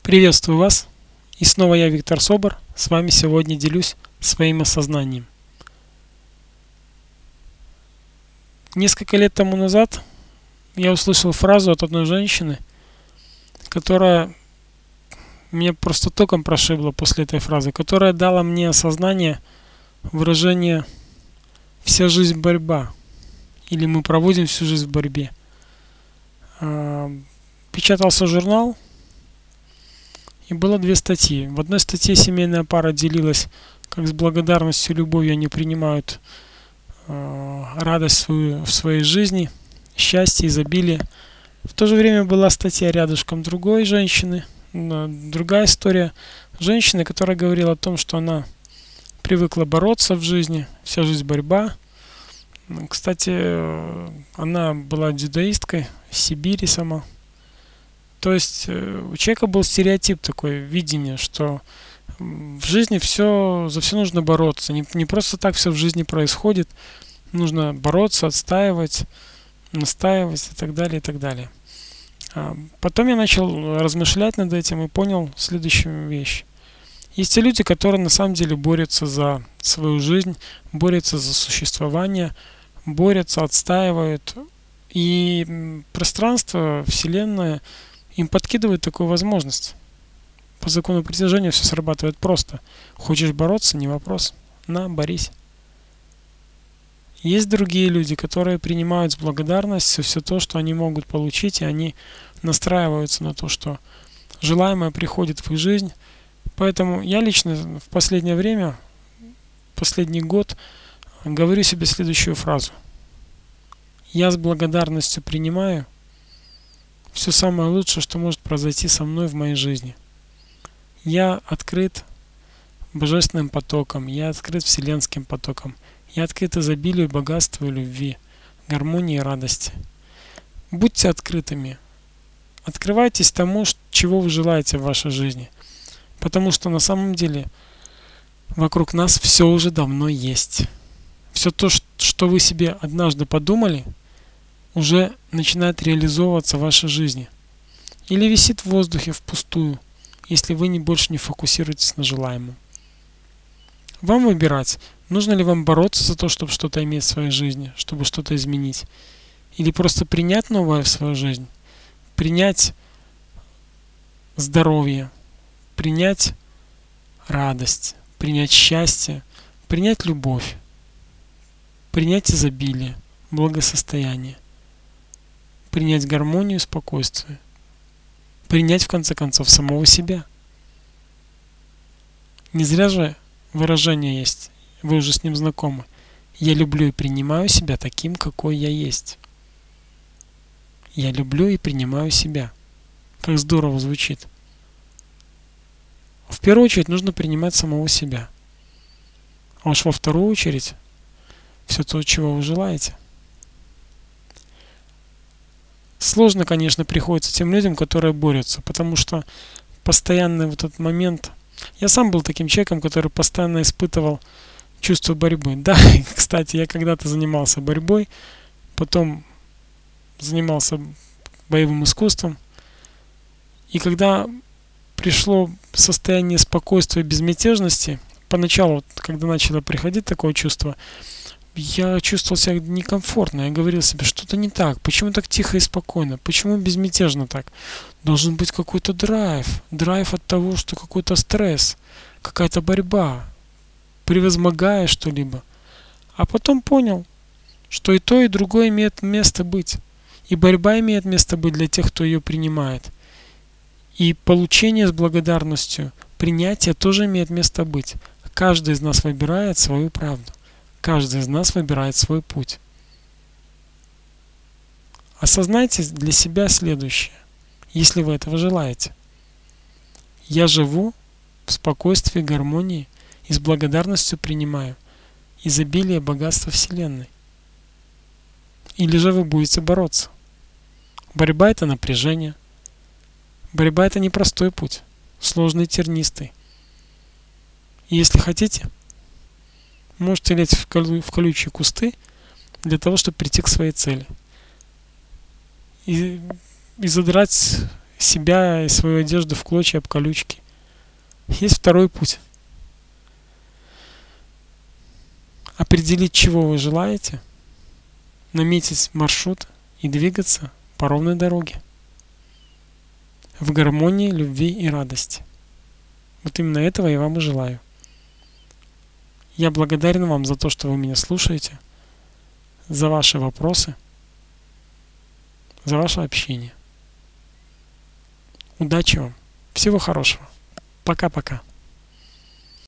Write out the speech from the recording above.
Приветствую вас, и снова я, Виктор Собор, с вами сегодня делюсь своим осознанием. Несколько лет тому назад я услышал фразу от одной женщины, которая меня просто током прошибла после этой фразы, которая дала мне осознание выражения «вся жизнь борьба» или «мы проводим всю жизнь в борьбе». Печатался журнал, и было две статьи. В одной статье семейная пара делилась, как с благодарностью и любовью они принимают радость в своей жизни, счастье, изобилие. В то же время была статья рядышком другой женщины, другая история женщины, которая говорила о том, что она привыкла бороться в жизни, вся жизнь борьба. Кстати, она была дзюдоисткой в Сибири сама. То есть у человека был стереотип такой, видение, что в жизни за все нужно бороться. Не просто так все в жизни происходит. Нужно бороться, отстаивать, настаивать и так далее, и так далее. Потом я начал размышлять над этим и понял следующую вещь. Есть те люди, которые на самом деле борются за свою жизнь, борются за существование, борются, отстаивают. И пространство, Вселенная им подкидывает такую возможность. По закону притяжения все срабатывает просто. Хочешь бороться, не вопрос. Борись. Есть другие люди, которые принимают с благодарностью все то, что они могут получить, и они настраиваются на то, что желаемое приходит в их жизнь. Поэтому я лично в последнее время, последний год, говорю себе следующую фразу. Я с благодарностью принимаю все самое лучшее, что может произойти со мной в моей жизни. Я открыт божественным потоком, я открыт вселенским потоком, я открыт изобилию, богатству и любви, гармонии и радости. Будьте открытыми. Открывайтесь тому, чего вы желаете в вашей жизни. Потому что на самом деле вокруг нас все уже давно есть. Все то, что вы себе однажды подумали, уже начинает реализовываться в вашей жизни. Или висит в воздухе впустую, если вы больше не фокусируетесь на желаемом. Вам выбирать, нужно ли вам бороться за то, чтобы что-то иметь в своей жизни, чтобы что-то изменить. Или просто принять новое в свою жизнь, принять здоровье, принять радость, принять счастье, принять любовь, принять изобилие, благосостояние, принять гармонию и спокойствие, принять в конце концов самого себя. Не зря же выражение есть, вы уже с ним знакомы. Я люблю и принимаю себя таким, какой я есть. Я люблю и принимаю себя. Как здорово звучит. В первую очередь нужно принимать самого себя. А уж во вторую очередь все то, чего вы желаете. Сложно, конечно, приходится тем людям, которые борются, потому что постоянный вот этот момент... Я сам был таким человеком, который постоянно испытывал чувство борьбы. Да, кстати, я когда-то занимался борьбой, потом занимался боевым искусством. И когда пришло состояние спокойствия и безмятежности, поначалу, когда начало приходить такое чувство, я чувствовал себя некомфортно. Я говорил себе, что-то не так. Почему так тихо и спокойно? Почему безмятежно так? Должен быть какой-то драйв. Драйв от того, что какой-то стресс, какая-то борьба. Превозмогая что-либо. А потом понял, что и то, и другое имеет место быть. И борьба имеет место быть для тех, кто ее принимает. И получение с благодарностью, принятие тоже имеет место быть. Каждый из нас выбирает свою правду. Каждый из нас выбирает свой путь. Осознайте для себя следующее, если вы этого желаете. Я живу в спокойствии, гармонии и с благодарностью принимаю изобилие богатства Вселенной. Или же вы будете бороться. Борьба – это напряжение. Борьба – это непростой путь, сложный, тернистый. И если хотите, можете лезть в колючие кусты для того, чтобы прийти к своей цели. И задрать себя и свою одежду в клочья об колючки. Есть второй путь. Определить, чего вы желаете, наметить маршрут и двигаться по ровной дороге в гармонии, любви и радости. Вот именно этого я вам и желаю. Я благодарен вам за то, что вы меня слушаете, за ваши вопросы, за ваше общение. Удачи вам. Всего хорошего. Пока-пока.